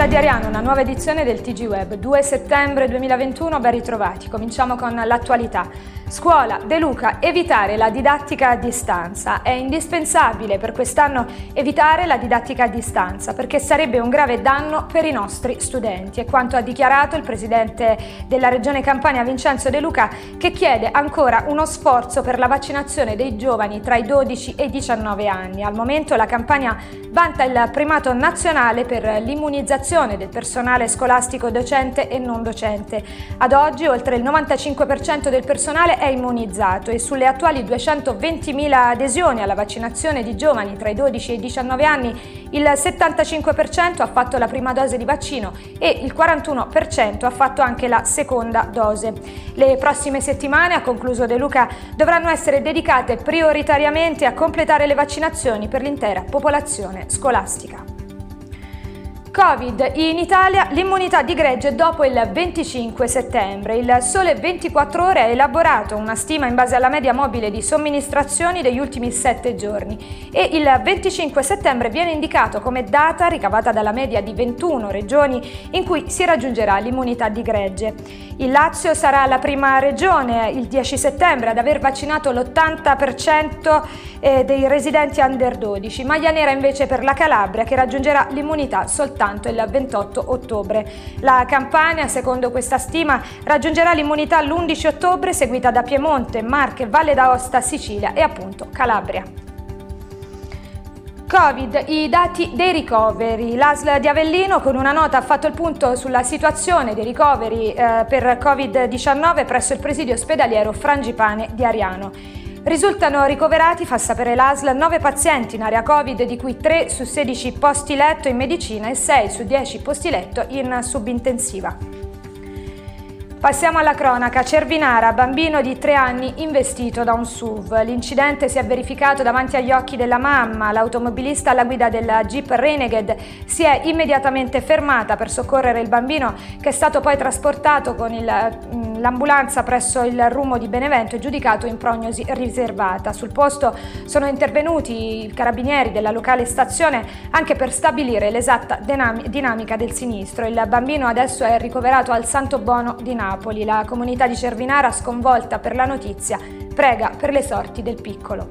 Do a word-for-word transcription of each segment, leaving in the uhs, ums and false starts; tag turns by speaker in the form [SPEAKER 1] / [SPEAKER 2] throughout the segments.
[SPEAKER 1] Università di Ariano, una nuova edizione del T G Web, due settembre duemilaventuno, ben ritrovati. Cominciamo con l'attualità. Scuola, De Luca, evitare la didattica a distanza. È indispensabile per quest'anno evitare la didattica a distanza perché sarebbe un grave danno per i nostri studenti. È quanto ha dichiarato il presidente della Regione Campania Vincenzo De Luca, che chiede ancora uno sforzo per la vaccinazione dei giovani tra i dodici e i diciannove anni. Al momento la Campania vanta il primato nazionale per l'immunizzazione del personale scolastico docente e non docente. Ad oggi oltre il novantacinque per cento del personale è immunizzato e sulle attuali duecentoventimila adesioni alla vaccinazione di giovani tra i dodici e i diciannove anni il settantacinque per cento ha fatto la prima dose di vaccino e il quarantuno per cento ha fatto anche la seconda dose. Le prossime settimane, ha concluso De Luca, dovranno essere dedicate prioritariamente a completare le vaccinazioni per l'intera popolazione scolastica. Covid. In Italia l'immunità di gregge dopo il venticinque settembre. Il Sole ventiquattro Ore ha elaborato una stima in base alla media mobile di somministrazioni degli ultimi sette giorni e il venticinque settembre viene indicato come data ricavata dalla media di ventuno regioni in cui si raggiungerà l'immunità di gregge. Il Lazio sarà la prima regione il dieci settembre ad aver vaccinato l'ottanta per cento dei residenti under dodici, maglia nera invece per la Calabria che raggiungerà l'immunità soltanto il ventotto ottobre. La Campania, secondo questa stima, raggiungerà l'immunità l'undici ottobre, seguita da Piemonte, Marche, Valle d'Aosta, Sicilia e appunto Calabria. Covid, i dati dei ricoveri. L'A S L di Avellino con una nota ha fatto il punto sulla situazione dei ricoveri eh, per Covid diciannove presso il presidio ospedaliero Frangipane di Ariano. Risultano ricoverati, fa sapere l'A S L, nove pazienti in area Covid, di cui tre su sedici posti letto in medicina e sei su dieci posti letto in subintensiva. Passiamo alla cronaca. Cervinara, bambino di tre anni investito da un S U V. L'incidente si è verificato davanti agli occhi della mamma. L'automobilista alla guida della Jeep Renegade si è immediatamente fermata per soccorrere il bambino, che è stato poi trasportato con il, l'ambulanza presso il Rumo di Benevento e giudicato in prognosi riservata. Sul posto sono intervenuti i carabinieri della locale stazione anche per stabilire l'esatta dinamica del sinistro. Il bambino adesso è ricoverato al Santo Bono di Napoli. La comunità di Cervinara, sconvolta per la notizia, prega per le sorti del piccolo.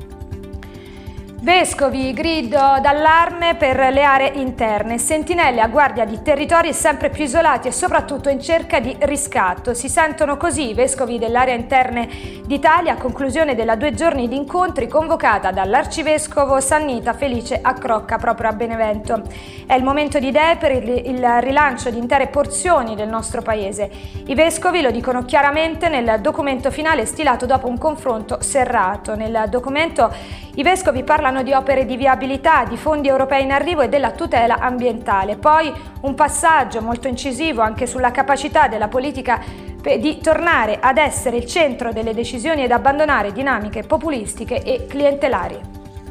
[SPEAKER 1] Vescovi, grido d'allarme per le aree interne, sentinelle a guardia di territori sempre più isolati e soprattutto in cerca di riscatto. Si sentono così i vescovi dell'area interne d'Italia a conclusione della due giorni di incontri convocata dall'arcivescovo Sannita Felice Accrocca proprio a Benevento. È il momento di idee per il, il rilancio di intere porzioni del nostro paese. I vescovi lo dicono chiaramente nel documento finale stilato dopo un confronto serrato. Nel documento i vescovi parlano di opere di viabilità, di fondi europei in arrivo e della tutela ambientale. Poi un passaggio molto incisivo anche sulla capacità della politica di tornare ad essere il centro delle decisioni ed abbandonare dinamiche populistiche e clientelari.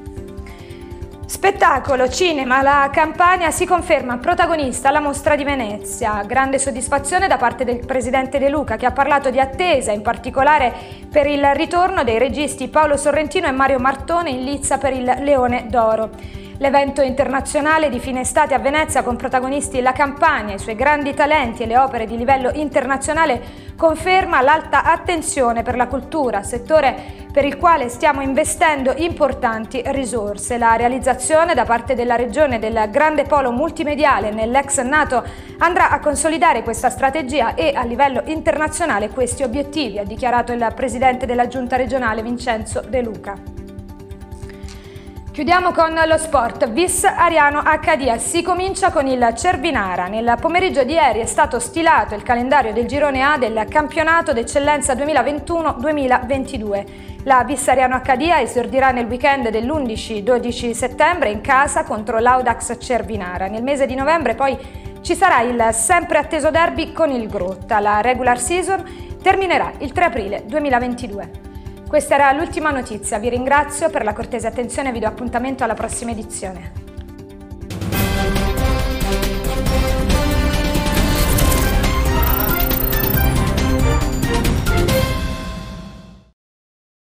[SPEAKER 1] Spettacolo, cinema, la Campania si conferma protagonista alla Mostra di Venezia. Grande soddisfazione da parte del presidente De Luca, che ha parlato di attesa, in particolare per il ritorno dei registi Paolo Sorrentino e Mario Martone in lizza per il Leone d'Oro. L'evento internazionale di fine estate a Venezia, con protagonisti la Campania, i suoi grandi talenti e le opere di livello internazionale, conferma l'alta attenzione per la cultura, settore per il quale stiamo investendo importanti risorse. La realizzazione da parte della Regione del grande polo multimediale nell'ex NATO andrà a consolidare questa strategia e a livello internazionale questi obiettivi, ha dichiarato il presidente della Giunta regionale Vincenzo De Luca. Chiudiamo con lo sport. Vis Ariano Accadia, si comincia con il Cervinara. Nel pomeriggio di ieri è stato stilato il calendario del girone A del campionato d'eccellenza duemilaventuno duemilaventidue. La Vis Ariano Accadia esordirà nel weekend dell'undici dodici settembre in casa contro l'Audax Cervinara. Nel mese di novembre poi ci sarà il sempre atteso derby con il Grotta. La regular season terminerà il tre aprile duemilaventidue. Questa era l'ultima notizia, vi ringrazio per la cortese attenzione e vi do appuntamento alla prossima edizione.